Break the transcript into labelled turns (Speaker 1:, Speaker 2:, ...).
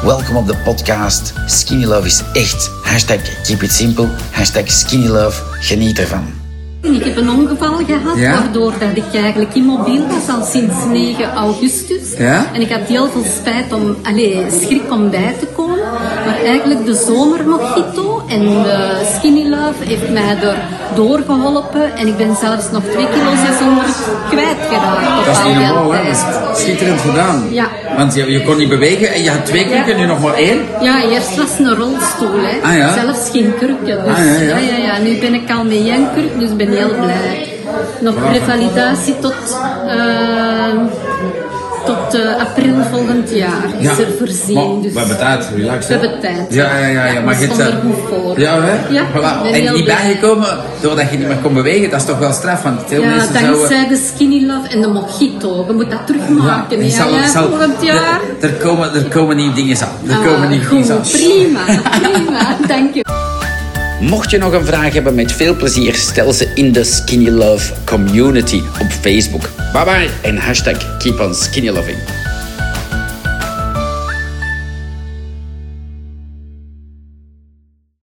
Speaker 1: Welkom op de podcast. Skinny Love is echt. #keep it simple. #skinny love. Geniet ervan.
Speaker 2: Ik heb een ongeval gehad, waardoor dat ik eigenlijk immobiel was al sinds 9 augustus.
Speaker 3: Ja?
Speaker 2: En ik had heel veel spijt schrik om bij te komen. Maar eigenlijk de zomermojito en de Skinny Love heeft mij er doorgeholpen. En ik ben zelfs nog 2 kilo 600 kwijtgeraakt.
Speaker 3: Dat is niet normaal, hè? Dat is schitterend gedaan.
Speaker 2: Ja.
Speaker 3: Want je kon niet bewegen en je had 2 krukken, nu nog maar 1.
Speaker 2: Ja, eerst was het een rolstoel, hè.
Speaker 3: Ah, ja?
Speaker 2: Zelfs geen krukje. Dus, ja. Nu ben ik al met 1 kruk, dus ik ben heel blij. Nog revalidatie tot april volgend jaar is er voorzien.
Speaker 3: Maar,
Speaker 2: dus
Speaker 3: we hebben tijd, relax.
Speaker 2: we hebben tijd.
Speaker 3: Ja. Maar
Speaker 2: we stonden er goed voor.
Speaker 3: Ja, hè?
Speaker 2: Ja,
Speaker 3: Voilà.
Speaker 2: ben
Speaker 3: En
Speaker 2: heel
Speaker 3: die
Speaker 2: blij.
Speaker 3: bijgekomen doordat je niet meer kon bewegen, dat is toch wel straf. Want veel
Speaker 2: Ja,
Speaker 3: mensen
Speaker 2: dankzij de Skinny Love en de mojito. Je moet dat terugmaken. Volgend jaar.
Speaker 3: Er komen nieuwe dingen aan. Er komen nieuwe
Speaker 2: goed,
Speaker 3: dingen aan.
Speaker 2: prima. Dank je.
Speaker 1: Mocht je nog een vraag hebben, met veel plezier stel ze in de Skinny Love community op Facebook. Bye bye en #keep on skinny loving.